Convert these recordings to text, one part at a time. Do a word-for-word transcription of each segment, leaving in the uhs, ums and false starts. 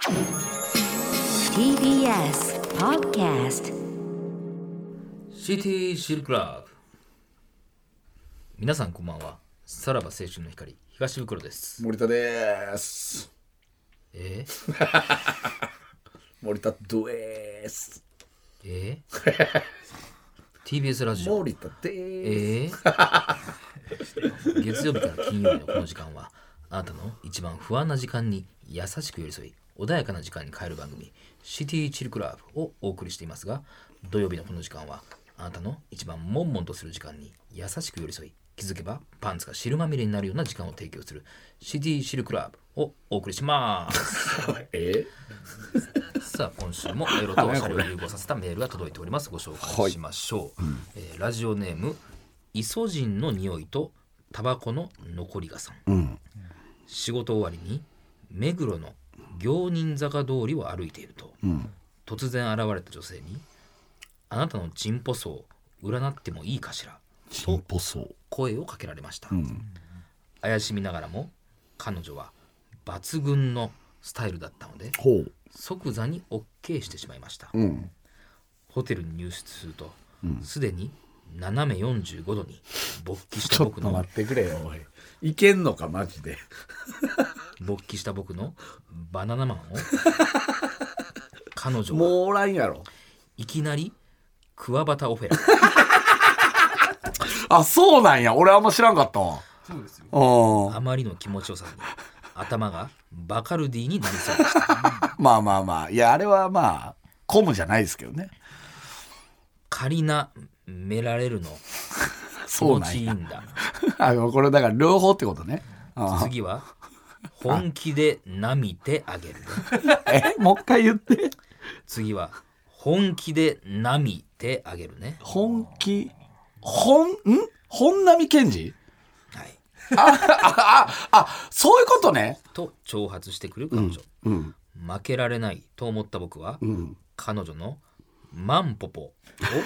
ティービーエス Podcast シティシルクラブ。皆さんこんばんは。さらば青春の光東袋です。 森田です。 えー、 森田です。 えー、ティービーエス ラジオ森田です。 えー、月曜日から金曜日のこの時間はあなたの一番不安な時間に優しく寄り添い穏やかな時間に変える番組シティチルクラブをお送りしていますが、土曜日のこの時間はあなたの一番悶々とする時間に優しく寄り添い気づけばパンツが汁まみれになるような時間を提供するシティシルクラブをお送りしますえさあ今週もエロとシャレを融合させたメールが届いております。ご紹介しましょう、はいうんえー、ラジオネームイソジンの匂いとタバコの残りがさん、うん、仕事終わりに目黒の行人坂通りを歩いていると、うん、突然現れた女性にあなたのチンポ層占ってもいいかしらと声をかけられました、うん、怪しみながらも彼女は抜群のスタイルだったので即座に OK してしまいました、うん、ホテルに入室するとすで、うん、に斜めよんじゅうごどに勃起した僕のちょっと待ってくれよおいいけんのかマジで勃起した僕のバナナマンを彼女もうおらんやろいきなりクワバタオフェラあそうなんや俺あんま知らんかったわ。 そうですよ。あまりの気持ちよさに頭がバカルディになりそうでしたまあまあまあいやあれはまあコムじゃないですけどね。 カリナめられるの気持ちいいんだあこれだから両方ってことね。あ次は本気でなみてあげるねえもう一回言って次は本気でなみてあげるね。 本気本ん本並健二はいああああそういうことねと挑発してくる彼女、うんうん、負けられないと思った僕は、うん、彼女のマンポポを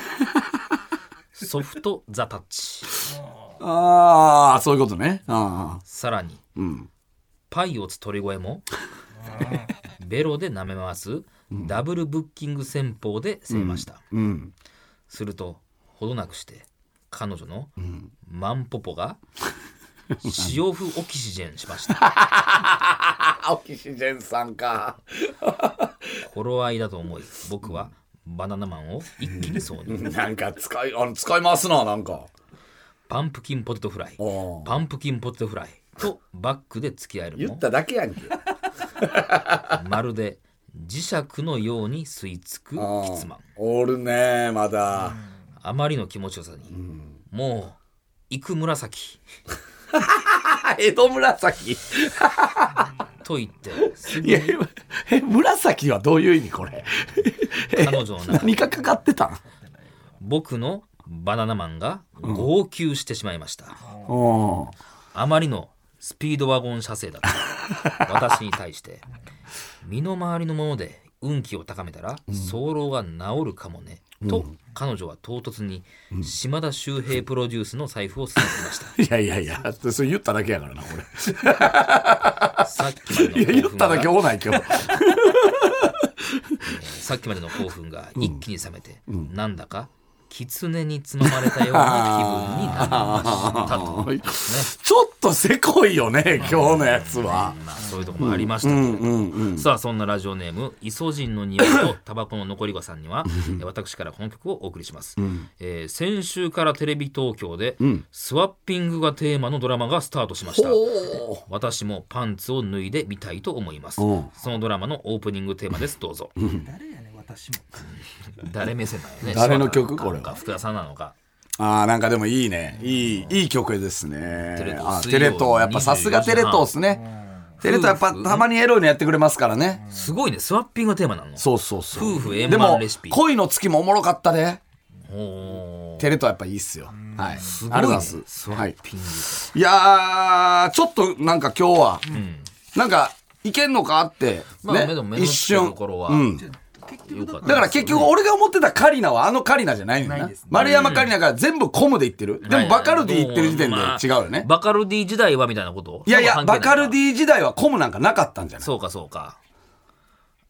ソフトザタッチああそういうことね。あさらに、うん、パイをつ鳥越もベロで舐め回す、うん、ダブルブッキング戦法で攻めました、うんうん、するとほどなくして彼女のマンポポがシオフオキシジェンしましたオキシジェンさんか頃合いだと思い僕はバナナマンを一気に挿入なんか使いあの使い回すななんかパンプキンポテトフライパンプキンポテトフライとバックで付き合えるの言っただけやんけまるで磁石のように吸い付くキツマンおるねまだあまりの気持ちよさに、うん、もう行く紫江戸紫と言ってすぐにえ紫はどういう意味これ彼女の中何がかかってたん僕のバナナマンが号泣してしまいました、うん、あまりのスピードワゴン車勢だった私に対して身の回りのもので運気を高めたら早漏が治るかもね、うん、と彼女は唐突に島田秀平プロデュースの財布を勧めてました、 いやいやいやそれ言っただけやからなこれさっきまでの興奮がいや言っただけおない今日さっきまでの興奮が一気に冷めて、うん、なんだか狐につままれたような気分になりましたと、ね、 ちょっとせこいよね今日のやつは、 まあ、そういうとこもありましたけれども、うんうんうんうん、さあそんなラジオネームイソジンの匂いとタバコの残りがさんには私からこの曲をお送りします、うんえー、先週からテレビ東京で、うん、スワッピングがテーマのドラマがスタートしました。私もパンツを脱いでみたいと思います。そのドラマのオープニングテーマです。どうぞ、うん、 誰やねん私も誰目線なのね。 誰の曲これは福田さんなのか。 あーなんかでもいいねいいいい曲ですね。テレ東テレ東やっぱさすがテレ東ですね。テレ東やっぱたまにエロいのやってくれますからね。 すごいねスワッピングがテーマなの。 そうそうそう。 夫婦円満レシピ。 でも恋の月もおもろかったで。おテレ東やっぱいいっすよ。はい。 すごいね、ありがとうございます。 スワッピング、はい、いやーちょっとなんか今日は、うん、なんかいけんのかって、ねまあ、一瞬、うん、だから結局俺が思ってたカリナはあのカリナじゃないんだよな、ね、丸山カリナが全部コムで言ってる、うん、でもバカルディ言ってる時点で違うよね、まあ、 バカルディ時代はみたいなこと。 いやいやバカルディ時代はコムなんかなかったんじゃない。 そうかそうか。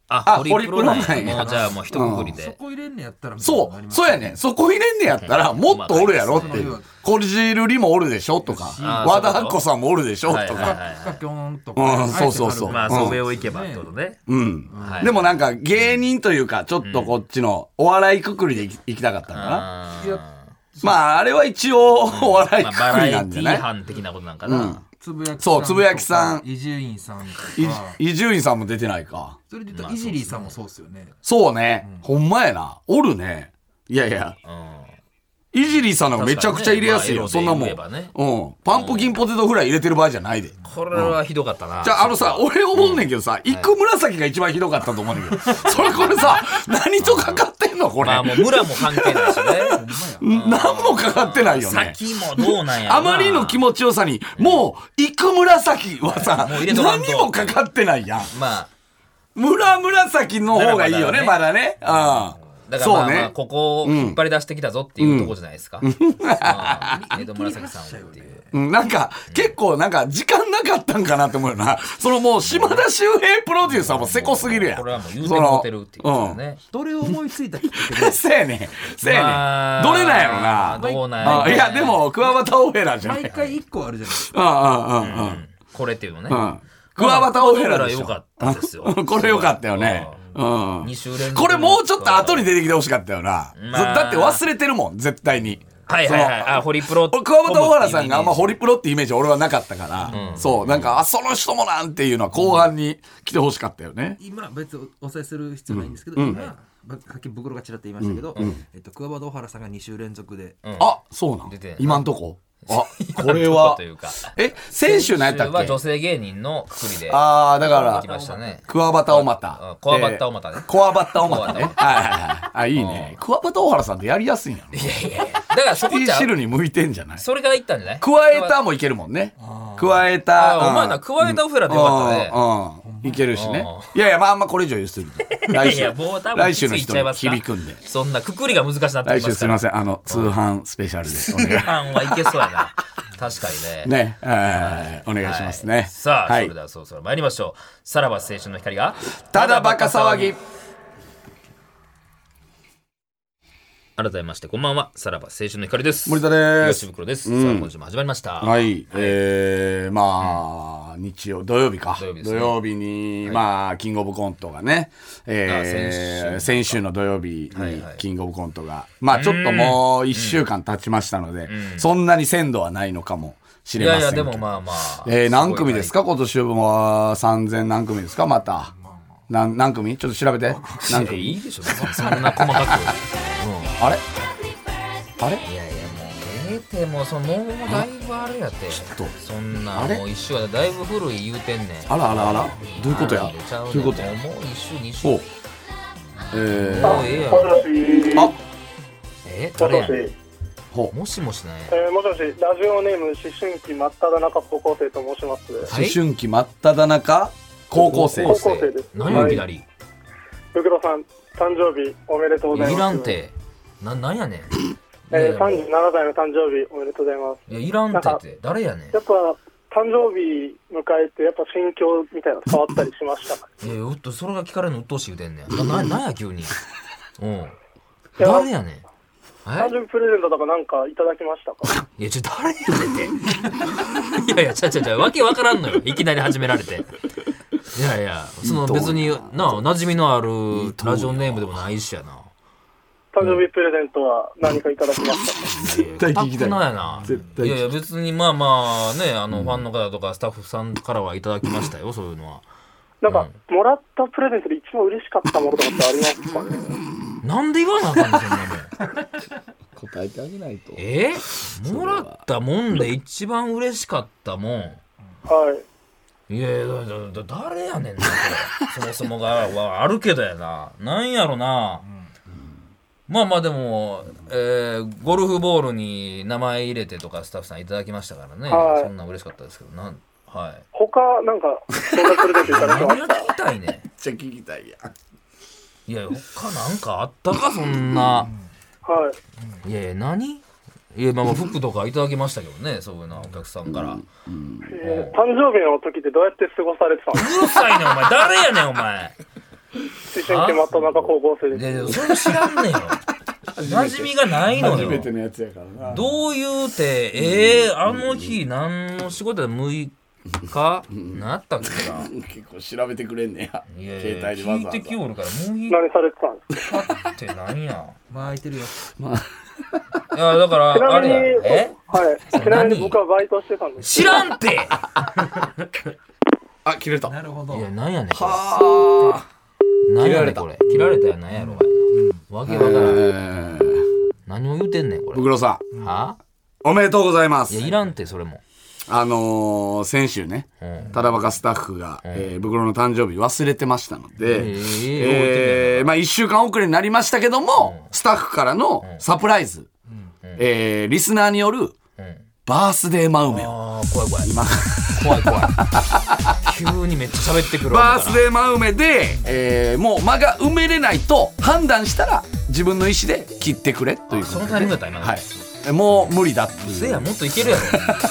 あ、ホリプロなんや。もうじゃあもう一括りで。 そこ入れんねやったらそう、そうやねん。そこ入れんねやったら、もっとおるやろっていう。コジルリもおるでしょとか、和田アッコさんもおるでしょとか。 深きょんとか。 そうそうそう。 まあ、そう上を行けばってことね。 うん。でもなんか芸人というか、ちょっとこっちのお笑いくくりで行きたかったのかな。まあ、あれは一応お笑いくくりなんじゃない？ バラエティー班的なことなんかな。 つぶやきさん、 そう、つぶやきさん、 伊集院さんとか、 伊集院さんも出てないか。 それで言うと、いじりーさんもそうっすよね。 そうね、ほんまやな、おるね。いやいや、いじりーさんなんかめちゃくちゃ入れやすいよ、そんなもん。うん、パンプキンポテトフライ入れてる場合じゃないで。 これはひどかったな。 じゃあ、あのさ、俺思うねんけどさ、生紫が一番ひどかったと思うねんけど、それこれさ、何とかかってんのこれ。 まあもう村も関係ないしね。 何もかかってないよね。 先もどうなんや。 あまりの気持ちよさに、もう、生紫はさ、何もかかってないやん。まあ。村紫の方がいいよね、まだね。うん。 だからまあまあここを引っ張り出してきたぞっていうところじゃないですか。江戸紫さんっていう。なんか結構なんか時間なかったんかなって思うよな。そのもう島田秀平プロデューサーもせこすぎるやん。 これはもう言うてもてるっていうことね。 どれを思いついたきっかけで。 せやねん。せやねん。どれなんやろな。 どうなんや。 いやでもクワバタオペラじゃない。 毎回一個あるじゃないですか。うんうんうんうん。 これっていうのね。 クワバタオペラでしょ。 良かったですよ。 これ良かったよね。うん、 に週連続これもうちょっと後に出てきてほしかったよな、まあ、だって忘れてるもん絶対に。 はいはいはい。あ、ホリプロ。 桑畑小原さんがあんまホリプロってイメージ俺はなかったから、うん、そうなんかあその人もなんていうのは後半に来てほしかったよね。 今別にお伝えする必要ないんですけど、うん、今さっき袋がちらっと言いましたけど、うん、えっと桑畑小原さんがに週連続で、 うん、あそうなん今んとこ。あ、これはえ、先週何やったっけ？ は女性芸人のくくりで。 ああ、だから 、 クワバタオマタ。 クワバタオマタね。 クワバタオマタね。はいはいはい。あ、いいね。クワバタ小原さんってやりやすいんやろ。 いやいやいや。だからそこじゃ。 汁に向いてんじゃない？ それが言ったんじゃない？ クワエタもいけるもんね。クワエタ。 お前な、クワエタオフェラでよかったね。 うん。いけるしね。いやいや、まああんまこれ以上言うする。来週、来週の人に響くんで。 そんなくくりが難しくなってきますから。 来週すみません。あの、通販スペシャルで。 通販はいけそうやな。確かにね。ね、お願いしますね。 さあ、それではそろそろ参りましょう。さらば青春の光が、 ただバカ騒ぎ。 改めましてこんばんは、さらば青春の光です。 森田です。 東袋です。さあ今週も始まりました。 はい。えー、まあ日曜土曜日か。土曜日にまあキングオブコントがね、え先週の土曜日にキングオブコントがまあちょっともう一週間経ちましたので、そんなに鮮度はないのかもしれません。いやいやでもまあまあ。 え何組ですか今年はさんぜん何組ですかまた。何何組ちょっと調べて。 何組いいでしょそんな細かく。 あれあれいやいやもうええってもうそのもうだいぶあれやってちょっとそんなもう一週はだいぶ古い言うてんねん。 あらあらあらどういうことやどういうことやもう一週二週えーもうええやんあえ誰やねんもしもしねえー、もしもしラジオネーム思春期真っ只中高校生と申します。 思春期真っ只中高校生高校生です。 何いきなりブクロさん誕生日おめでとうございます。 いらんてな、なんやねん。 えー、さんじゅうななさいの誕生日おめでとうございます。 いや、いらんてって誰やねん。 やっぱ誕生日迎えてやっぱ心境みたいなの変わったりしましたか？ いや、うっとそれが聞かれるのうっとうしい言うてんねん。な、なんや急に。うん。誰やねん。 誕生日プレゼントとかなんかいただきましたか？ いや、ちょ、誰やねんって。いやいや、ちゃちゃちゃ、わけわからんのよ。いきなり始められて。いやいや、その別にな、馴染みのあるラジオネームでもないしやな。 誕生日プレゼントは何かいただきましたか？ 絶対聞きたい。 ないな。いやいや別にまあまあね、あのファンの方とかスタッフさんからはいただきましたよ、そういうのは。 なんか、うん、もらったプレゼントで一番嬉しかったものとかってありますかね？ なんで言わなあかんのそんなもん。 答えてあげないと。 えー、もらったもんで一番嬉しかったもん。 はい。 いやいやだだ誰やねんなそれ。そもそもがはあるけどやな。なんやろな。うんまあまあでも、えー、ゴルフボールに名前入れてとかスタッフさんいただきましたからね、はい、そんな嬉しかったですけどなん、はい、 他なんかそんなプレゼントいただきました？ 何が聞きたいねん。めっちゃ聞きたいやいや他なんかあったかそんな、 はい、 いやいや何いやまあまあ服とかいただきましたけどねそういうのお客さんから、うんうんえー、誕生日の時ってどうやって過ごされてたの？ うるさいねんお前誰やねんお前思春期真った中高校生です。 でそれ知らんねんよ馴染みがないのよ。 初めてのやつやからな。 どう言うてえー、あの日何の仕事でむいか何やったっけな。 結構調べてくれんねや。 いやいや携帯でわざわざ聞いてきおるからもういい何されてたんですか？ かってなんや。 まあ空いてるよ。 いやだからちなみに、 あれやえはい。ちなみに僕はバイトしてたんですけど。 知らんてあ、切れた。 なるほど。 いやなんやねんこはれなんやねん切られたこれ切られたやなんやろわけあ。 わからんえー何を言うてんねんこれブクロさん、 はおめでとうございます。 いやいらんてそれもあのー、先週ね、 うんただバカスタッフが、えー、ブクロの誕生日忘れてましたので、 ええーまあいっしゅうかん遅れになりましたけども、スタッフからのサプライズ、えーリスナーによるうんバースデー真梅を、 あー怖い怖い今、 怖い怖い急にめっちゃ喋ってくるわバースデー真梅で、えーもう間が埋めれないと判断したら自分の意思で切ってくれということで、 そのタイミングだった今のはい、もう無理だっていう。 せやもっといけるやろ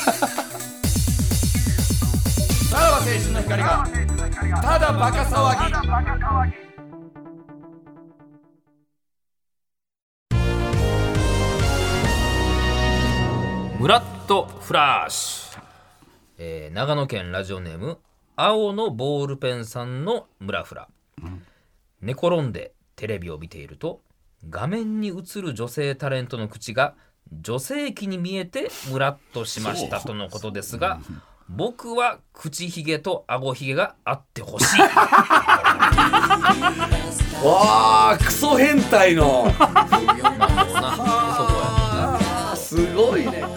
さらば青春の光がただバカ騒ぎ。 ムラッとフラッシュ、えー長野県ラジオネーム青のボールペンさんのムラフラ、寝転んでテレビを見ていると画面に映る女性タレントの口が女性器に見えてムラッとしましたとのことですが、僕は口ひげと顎ひげがあってほしいわークソ変態のまあもうなそこやすごいね。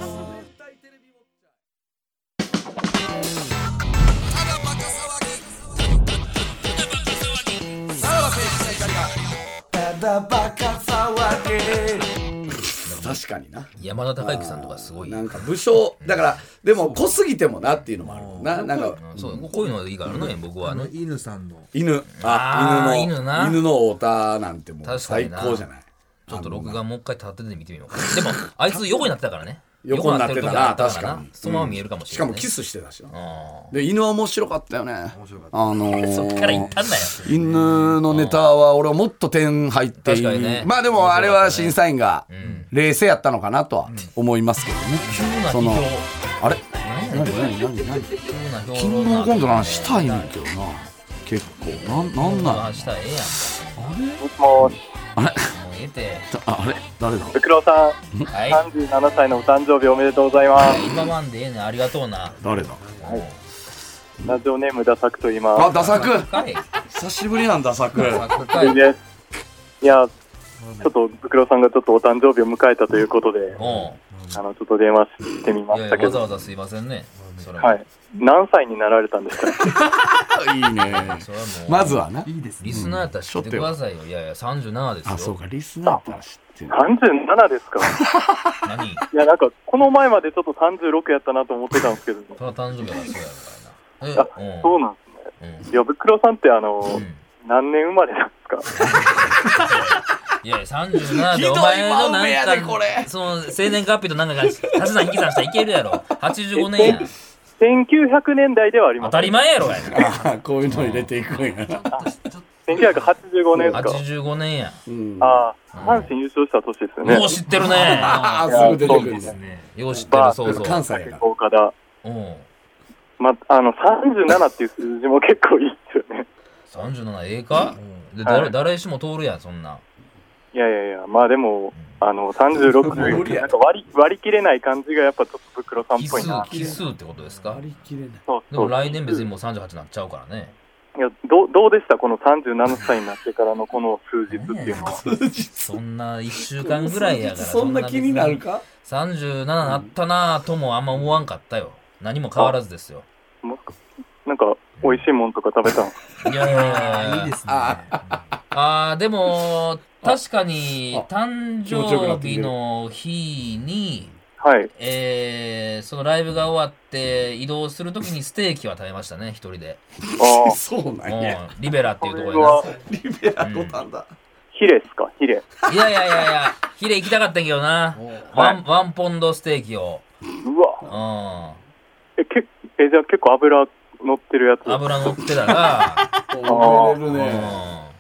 確かにな。 山田孝之さんとかすごいなんか武将だからでも濃すぎてもなっていうのもあるな。なんかうんそうこういうのいいからね僕はあのね犬さんの犬あーあ犬の犬な犬の太田なんてもう確か最にな高じゃない。 ちょっと録画もう一回立てて見てみようかな。でもあいつ横になってたからね。 横になってたな横にってる時あった確かにそのまま見えるかもししかれない、ねもキスしてたしな。 あで犬は面白かったよね。 面白かった。 あのーそっから行ったんだよ。 犬のネタは俺はもっと点入っていい、 確かにねまあでもあれは審査員がん冷静やったのかなとは思いますけどね、 急なその批評。 あれ何やねん何何何何急な評論キングオブコントの話したいねんけどな。結構なんなんなん話したらええやんもしもし、 あれもうええて。 ああれ誰だブクロさん、 はいさんじゅうななさいのお誕生日おめでとうございます。 今まんでええねんありがとうな。 誰だラジオネームダサクと言いまあダサくかい久しぶりなんダサく作かす。 い。 です。いや、ちょっとブクロさんがちょっとお誕生日を迎えたということで、 おうあのちょっと電話してみまいやいしたけど、 やわざわざすいませんね。それもはい。何歳になられたんですか？ いいねそれはもうまずはないいですね。 リスナーやったら知ってくださいよ。いやいやさんじゅうななですよ。 あそうかリスナーやったら知ってるさんじゅうななですか？ 何？ いや、なんかこの前までちょっとさんじゅうろくやったなと思ってたんですけど、 それは誕生日がそうやろあからな。え、 そうなんですね。 うん。 いや、ブクロさんってあの、 うん何年生まれなんですか？ いやいやさんじゅうななでひどいお前の真上やなんかでこれその生年月日となんかが足し算引き算したらいけるやろ。はちじゅうごねんや。 せんきゅうひゃくねんだいではあります。 当たり前やろがい。 あこういうの入れていくんやせんきゅうひゃくはちじゅうごねんですか？ はちじゅうごねんや。 うんああ、阪神優勝した年ですよね。 よう知ってるね。 あすぐ出てくるんだよう知ってるそうそう。 関西やから岡田。 うん。 ま、あの、さんじゅうななっていう数字も結構いいですよね。 さんじゅうななええか？ではい誰誰しも通るやんそんな。 いやいやいや、まあでも、あの、さんじゅうろくという、なんか割り、割り切れない感じがやっぱちょっとブクロさんっ奇ぽいな数。奇数ってことですか？ 割り切れないそうそう。 でも来年別にもうさんじゅうはちになっちゃうからね。 いや、どう、どうでしたこのさんじゅうななさいになってからのこの数日っていうのは。 そんないっしゅうかんぐらいやからそんな気になるかさんじゅうなななったなぁともあんま思わんかったよ。何も変わらずですよ。 もうなんか、美味しいもんとか食べたの？ いやいやいやいやいいですね。 あーでも確かにあ誕生日の日にはい。 えー、そのライブが終わって移動するときにステーキは食べましたね一人で。 ああ、 そうなんやうんリベラっていうとここれはろでリベラボタンだヒレっすかヒレ。 な。いやいやいやいやヒレ行きたかったんやけどな。ワンワンポンドステーキを。 うわ。 うん。 え、け、え、じゃあ結構油乗ってるやつ。 油乗ってたら、 覚えれるうんね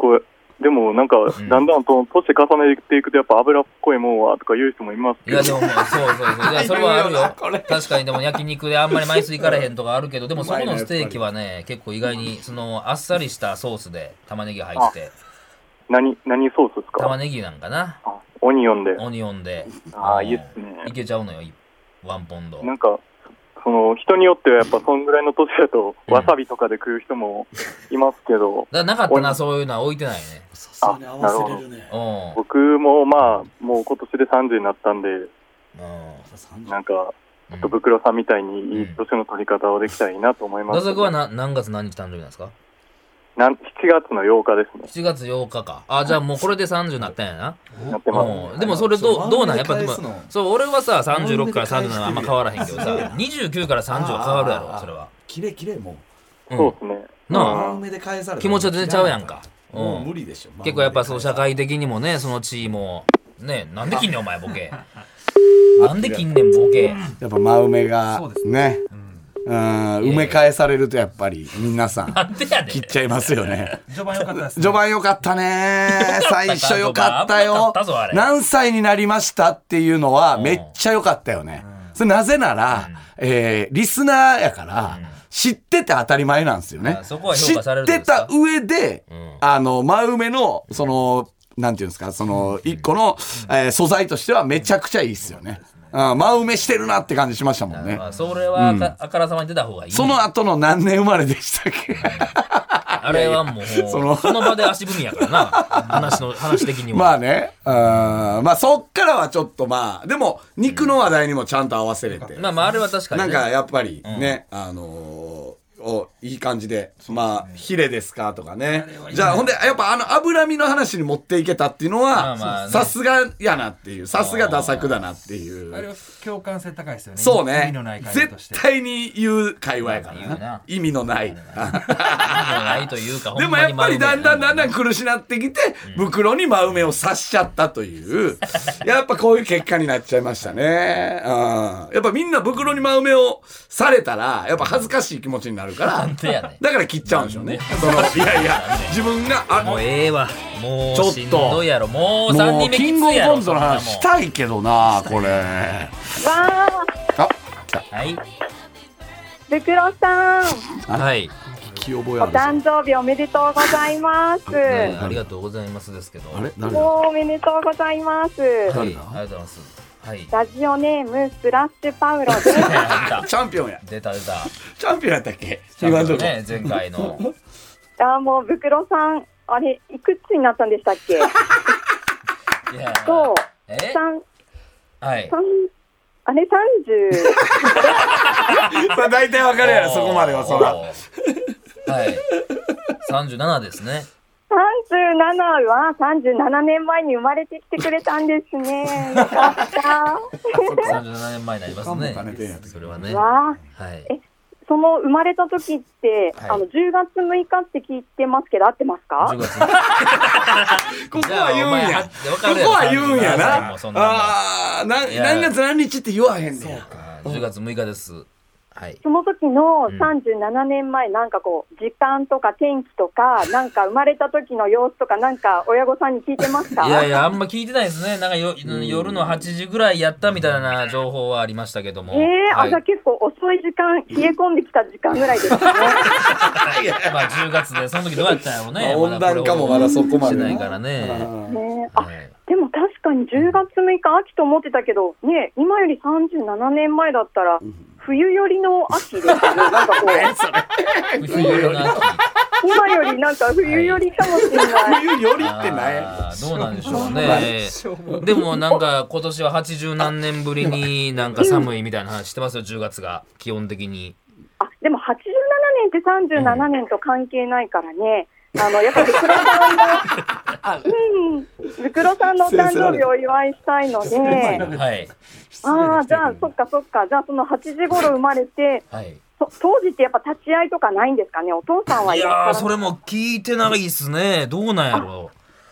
構でもなんかだんだんと年重ねていくとやっぱ脂っこいもんはとか言う人もいますけど。 いやでもそうそうそういやそれはあるよ確かに。でも焼肉であんまり枚数いかれへんとかあるけど、でもそこのステーキはね結構意外にそのあっさりしたソースで玉ねぎが入って。 何何ソースですか？ 玉ねぎなんかな。 オニオンで。 オニオンで。 ああいいっすね。 いけちゃうのよワンポンド。 なんかその人によってはやっぱそんぐらいの年だとわさびとかで食う人もいますけど、うん、 だからなかったなそういうのは置いてないね。 あ、なるほどね。 僕もまあもう今年でさんじゅうになったんで、うん、なんかちょっとブクロさんみたいにいい年の取り方をできたらいいなと思います、ね。 ダサくはな何月何日誕生日なんですか？ なんしちがつのようかですね。 しちがつようかか。あ、じゃあもうこれでさんじゅうになったんやな。 なってます、 うん、でもそれどうどうなんやっぱでもそう俺はささんじゅうろくからさんじゅうななあんま変わらへんけどさにじゅうきゅうからさんじゅうは変わるやろそれは。 きれいきれいもう、うん、そうですね。 なあ気持ちは全然ちゃうやんか。 もう無理でしょ。 結構やっぱそう社会的にもねその地位もねなんで切んねんお前ボケなんで切んねんボケ。 やっぱ真梅がねうん、埋め返されるとやっぱり皆さん切っちゃいますよね。 序盤良かったですね。 序盤良かったね。最初良かったよ。何歳になりましたっていうのはめっちゃ良かったよね。それなぜなら、えー、リスナーやから、知ってて当たり前なんですよね。知ってた上で、あの真梅のそのなんていうんですかその一個の、えー、素材としてはめちゃくちゃいいですよね。ああ真埋めしてるなって感じしましたもんね。 それは あ,、うん、あからさまに出た方がいい、ね、 その後の何年生まれでしたっけ？ あれはもうその, その場で足踏みやからな話の話的には。 まあねあまあそっからはちょっとまあでも肉の話題にもちゃんと合わせれて、 うん、まあまああれは確かに、ね、 なんかやっぱりね、うん、あのーおいい感じでまあヒレですかとかね。じゃあほんでやっぱあの脂身の話に持っていけたっていうのはさすがやなっていうさすがダサくだなっていう。 あれは共感性高いですよね。 そうね。 意味のない会話として絶対に言う会話やからな。意味のない意味のないというかでもやっぱりだんだんだんだん苦しなってきて、うん、袋に真梅を刺しちゃったというやっぱこういう結果になっちゃいましたね。うん、やっぱみんな袋に真梅をされたらやっぱ恥ずかしい気持ちになるから、 なんでやねん。 だから切っちゃうんでしょうね。そのいやいや自分があもうええわもうしんどいやろもうさんにんめきついやろ。 キングオブコントの話したいけどなこれ。わあ来た。 はいブクロさんはい聞き覚えお誕生日おめでとうございます、 ね、ありがとうございますですけどあれ誰だもうおめでとうございます。 はいありがとうございますはい、 ラジオネームスラッシュパウロですチャンピオンや出た出たチャンピオンやったっけチャンピオンね前回のあもうブクロさんあれいくつになったんでしたっけ？ いやそうえ三はい三あれさんじゅうまあ大体わかるやろそこまではそらはいさんじゅうななですね。 さんじゅうななはさんじゅうななねんまえに生まれてきてくれたんですね。よかった。 さんじゅうななねんまえになりますね。それはね。 わはい。 え、その生まれた時って、はい、あのじゅうがつむいかって聞いてますけど合ってますか？ じゅうがつここは言うんや。ここは言うんやな。ああ、何月何日って言わへんねや。 じゅうがつむいかです。はい、 その時のさんじゅうななねんまえ、うん、なんかこう時間とか天気とかなんか生まれた時の様子とかなんか親御さんに聞いてますか？ いやいやあんま聞いてないですね。なんかよ、うん、夜のはちじぐらいやったみたいな情報はありましたけども。 えーはい、あじゃあ結構遅い時間冷え込んできた時間ぐらいですね。 まあじゅうがつでその時どうやったんやろうね。 まあ、温暖化もまだそこまでないからね。 ねあ、はい、でも確かにじゅうがつむいか秋と思ってたけどね今よりさんじゅうななねんまえだったら、うん冬よりの秋ですね。なんかこう冬よりの秋今よりなんか冬よりかもしれない。 冬よりってないどうなんでしょうね。でもなんか今年ははちじゅうなんねんぶりになんか寒いみたいな話してますよ。じゅうがつが基本的に。 あでもはちじゅうななねんってさんじゅうななねんと関係ないからね。あのやっぱりブクロさんのうんブクロさんのお誕生日をお祝いしたいので、 はい、 ああじゃあそっかそっかじゃあそのはちじ頃生まれて、はい、当時ってやっぱ立ち会いとかないんですかね。お父さんはいやーそれも聞いてないっすね。どうなんやろう。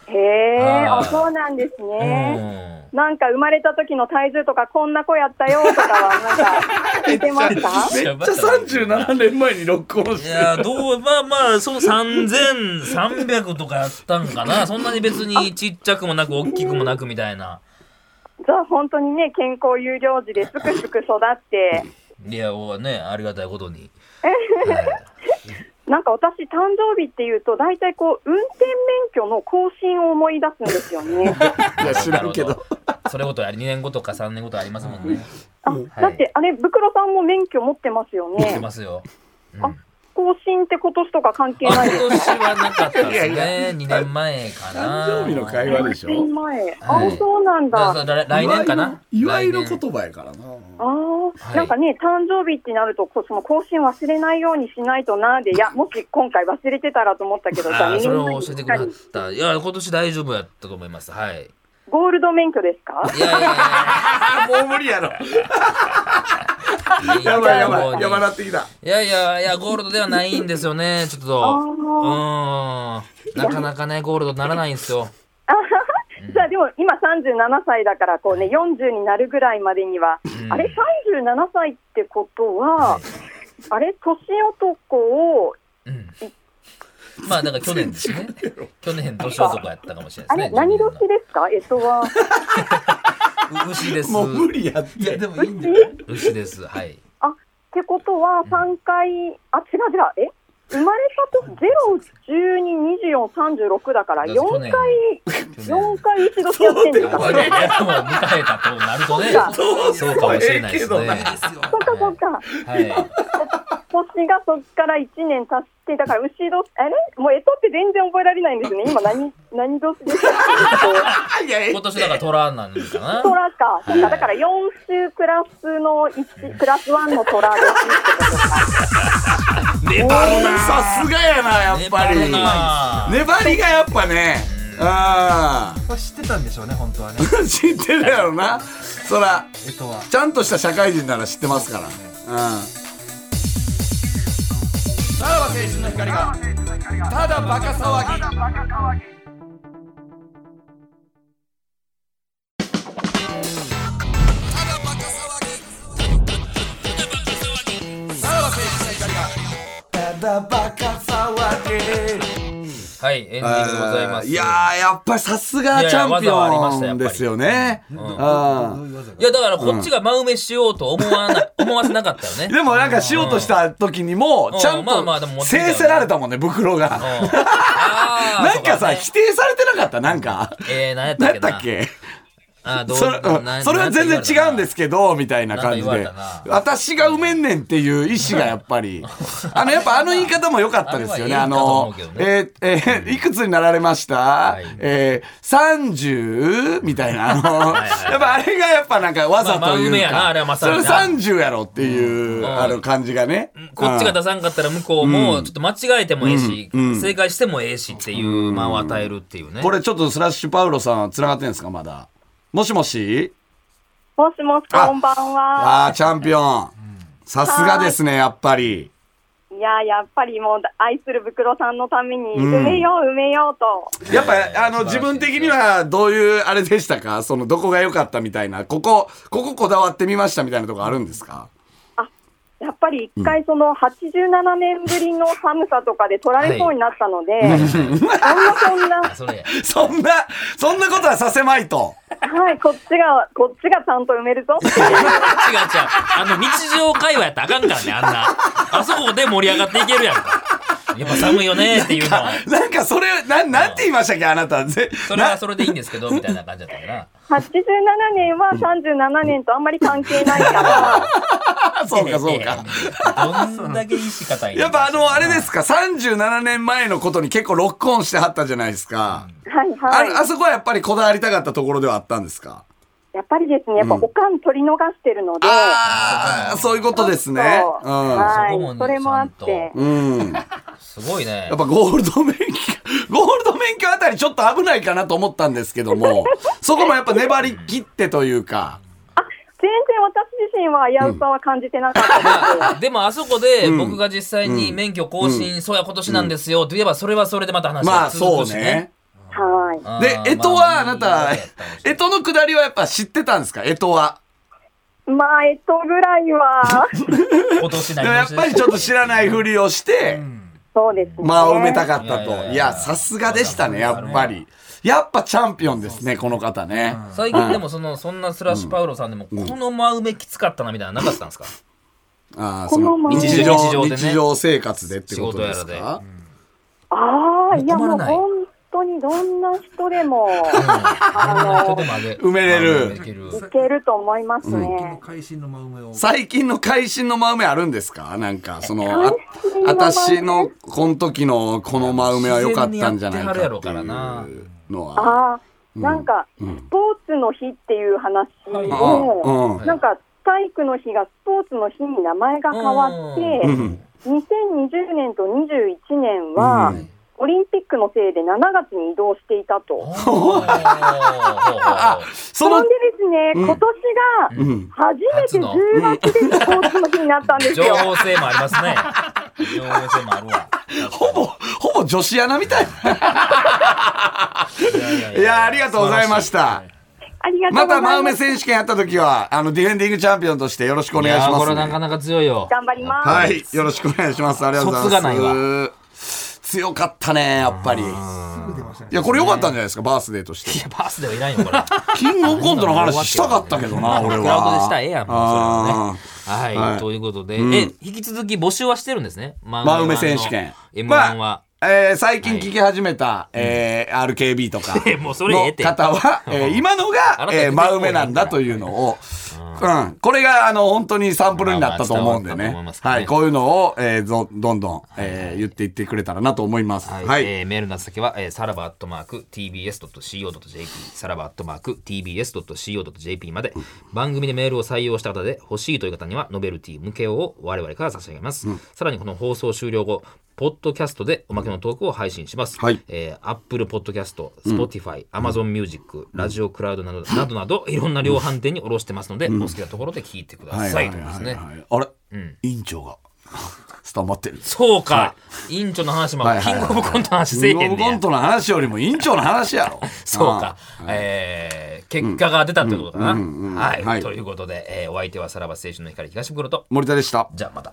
へえ、あ、そうなんですね。なんか生まれた時の体重とかこんな子やったよとかはなんか聞いてましためっちゃさんじゅうななねんまえに録音していやどうまあまあそのさんぜんさんびゃくとかやったんかなそんなに別にちっちゃくもなく大きくもなくみたいなじゃあ本当にね健康有料児ですくすく育っていやおねありがたいことに、 はい、なんか私誕生日っていうと大体こう運転免許の更新を思い出すんですよねいや知らんけどそれごとありにねんごとかさんねんごとありますもんねあ、はい、だってあれブクロさんも免許持ってますよね持ってますよ、うん、 あ更新って今年とか関係ないですか？ 今年はなかったですね。いやいやにねんまえかな。 誕生日の会話でしょ。 にねんまえ。あ、はい、そうなんだ。 だ来年かな。 祝いの言葉やからな。 ああ、はい、なんかね誕生日ってなるとその更新忘れないようにしないとなで、いやもし今回忘れてたらと思ったけど、じゃあそれを教えてくれた。いや今年大丈夫やったと思います。はい。 ゴールド免許ですか？ いやいやいやもう無理やろ。やばいやばいやばなってきた。 いやいやいやゴールドではないんですよね。ちょっとうんなかなかねゴールドならないんですよ。 じゃあでも今さんじゅうななさいだからこうねよんじゅうになるぐらいまでには、うん、あれさんじゅうななさいってことは、あれ年男を、 うん、まあだから去年ですね。去年年男やったかもしれないですね。 あれ何年ですか？えっとは牛です。 もう無理やって。 いやでもいいんだよ。 牛です。はい。 あってことはさんかい、うん、あ違う違うえ生まれたとゼロ、じゅうに、にじゅうよん、さんじゅうろくだからよんかいよんかい一度やってんですか？ これでも迎えたとなるとねそうかもしれないですね。 そっかそっか。はい。星がそっからいちねん経ってだから牛年あれもう干支って全然覚えられないんですね。今何何年ですか？ 今年だから虎なんかな。 虎か。そっかだからよん週クラスのいちクラスワンの虎年ってことか。 粘るなさすがやなやっぱり粘りがやっぱねああ知ってたんでしょうね本当はね知ってるやろなそらちゃんとした社会人なら知ってますからねさらば青春の光がただバカ騒ぎバカ騒ぎはい、エンディングでございます。 いやー、やっぱりさすがチャンピオンですよね。 いや、だからこっちが真埋めしようと思わな、思わせなかったよね。 でもなんかしようとした時にも、ちゃんと制せられたもんね、袋が。なんかさ、否定されてなかったなんか。 えー、何やったっけな。 何やったっけあどうそれ、うん、それは全然違うんですけどみたいな感じで私が埋めんねんっていう意思がやっぱりあのやっぱあの言い方も良かったですよね。あのえー、えー、いくつになられました、はい、えー、さんじゅうみたいなあのやっぱあれがやっぱなんかわざというか、まあまあ、あれはまさにそれさんじゅうやろっていう、うん、あの感じがね、 うん、こっちが出さんかったら向こうもちょっと間違えてもええし、うん、正解してもええしっていう間を与えるっていうね。 これちょっとスラッシュパウロさんつながってんですかまだ。もしもしもしもしこんばんは。 ああチャンピオンさすがですねやっぱり。 いややっぱりもう愛するブクロさんのために埋めよう、うん、埋めようと。 やっぱあの自分的にはどういうあれでしたかそのどこが良かったみたいなこここここだわってみましたみたいなとこあるんですか？ やっぱり一回そのはちじゅうななねんぶりの寒さとかで取られそうになったので、はい、そんなそんなそんなそんなことはさせまいと。 はい、こっちがこっちがちゃんと埋めるぞ。違う違う、 あの日常会話やったらあかんからねあんなあそこで盛り上がっていけるやんか。やっぱ寒いよねっていうのなんか、なんかそれななんて言いましたっけあなた。 それはそれでいいんですけどみたいな感じだったから。 はちじゅうななねんはさんじゅうななねんとあんまり関係ないからそうかそうかどんだけいい仕方いいやっぱあのあれですかさんじゅうななねんまえのことに結構ロックオンしてはったじゃないですか、 うん、はいはいあ, あそこはやっぱりこだわりたかったところではあったんですか？ やっぱりですねやっぱおかん取り逃してるので、うん、 ああそういうことですね、 うん、はいそれもあってうんすごいねやっぱゴールド免許ゴールド免許あたりちょっと危ないかなと思ったんですけどもそこもやっぱ粘り切ってというかあ全然私自身は危うさは感じてなかったです、 うん、でもあそこで僕が実際に免許更新、うん、そうや今年なんですよって言えばそれはそれでまた話が続くしね、まあそうねはい。 で、干支はあなた、干支の下りはやっぱ知ってたんですか？干支は。 まあ、えっとぐらいは。 今年でもやっぱりちょっと知らないふりをして、 そうですね。 まあ埋めたかったと。 いやいやいやいや、さすがでしたね、やっぱり。やっぱチャンピオンですね、この方ね。 最近でもそのそんなスラッシュパウロさんでもこの真埋めきつかったなみたいなのなかったんですか？ ああ、その日日常常でね日常生活でってことです仕事やか？ ああ、いや止まらないもう本当にどんな人でも、 あの埋めれるいけるいけると思います最近のね。 会心の真埋めを最近の会心の真埋めあるんですか？なんか、その、あ最近の真埋め私のこの時のこの真埋めは良かったんじゃないかっていう自然にやってはるやろからなのは。 ああ、なんか、スポーツの日っていう話で、 うんうんなんか体育の日がスポーツの日に名前が変わって、 うんにせんにじゅうねんとにじゅういちねんは、 うんオリンピックのせいでしちがつに移動していたと。 あ、そのそんで、ですね、 うん今年がうん初めてじゅうがつでスポーツの日になったんです情よ。 報性もありますね。情報性もあるわ。 ほぼ、ほぼ女子アナみたい。 いやいやいやいや、ありがとうございました。 ありがとうまたございます。 真埋め選手権やった時は、あの、ディフェンディングチャンピオンとしてよろしくお願いしやます、 これなかなか強いよ。 頑張ります。 はい、よろしくお願いします。ありがとうございます。 卒がない強かったね、やっぱり。いや、これ良かったんじゃないですか、バースデーとして。 いやバースではいらんよこれ。 キングオブコントの話したかったけどな、俺は。 クラウドでしたらええやんもうそれはね。はい、 はいということで、 うんえ引き続き募集はしてるんですね。真真埋め選手権。 エムワン は。 えー最近聞き始めた、えーアールケービー とかもうそれええての方は、えー今のがあな、たえー真埋めなんだというのを、うん、これがあの本当にサンプルになったと思うんでまあまあ伝わったと思いねますけどねはい、こういうのを、えーどどんどん、えー言っていってくれたらなと思います。 はい、 はい、 えーメールの先は、えー、さらばアットマーク ティービーエスドットシーオードットジェーピー さらばアットマーク ティービーエスドットシーオードットジェーピー まで、番組でメールを採用した方で欲しいという方にはノベルティ向けを我々から差し上げます、さらにこの放送終了後ポッドキャストでおまけのトークを配信します、 はいえー、Apple Podcast、Spotify、Amazon Music、ラジオクラウドなどなどなどいろんな量販店に卸してますので、お好きなところで聞いてください、ということですね。 あれ、 ん委員長がスタンバってる。 そうか、委員長の話も、 はいはいはいキングオブコントの話せえへんねやキングオブコントの話よりも委員長の話やろ。 そうか、 あえー結果が出たということかな、 うんうんうんはい、 はいということで、えーお相手はさらば青春の光東袋と、 森田でした。 じゃあまた。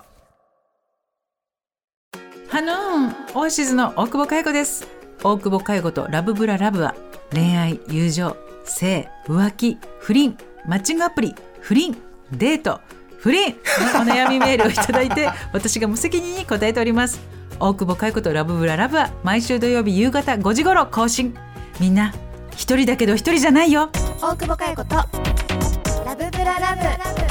ハノーンオアシズの大久保佳代子です。大久保佳代子とラブブララブは恋愛、友情、性、浮気、不倫、マッチングアプリ、不倫、デート、不倫のお悩みメールをいただいて私が無責任に答えております。大久保佳代子とラブブララブは毎週土曜日夕方ごじ頃更新。みんな一人だけど一人じゃないよ。 大久保佳代子とラブブララブ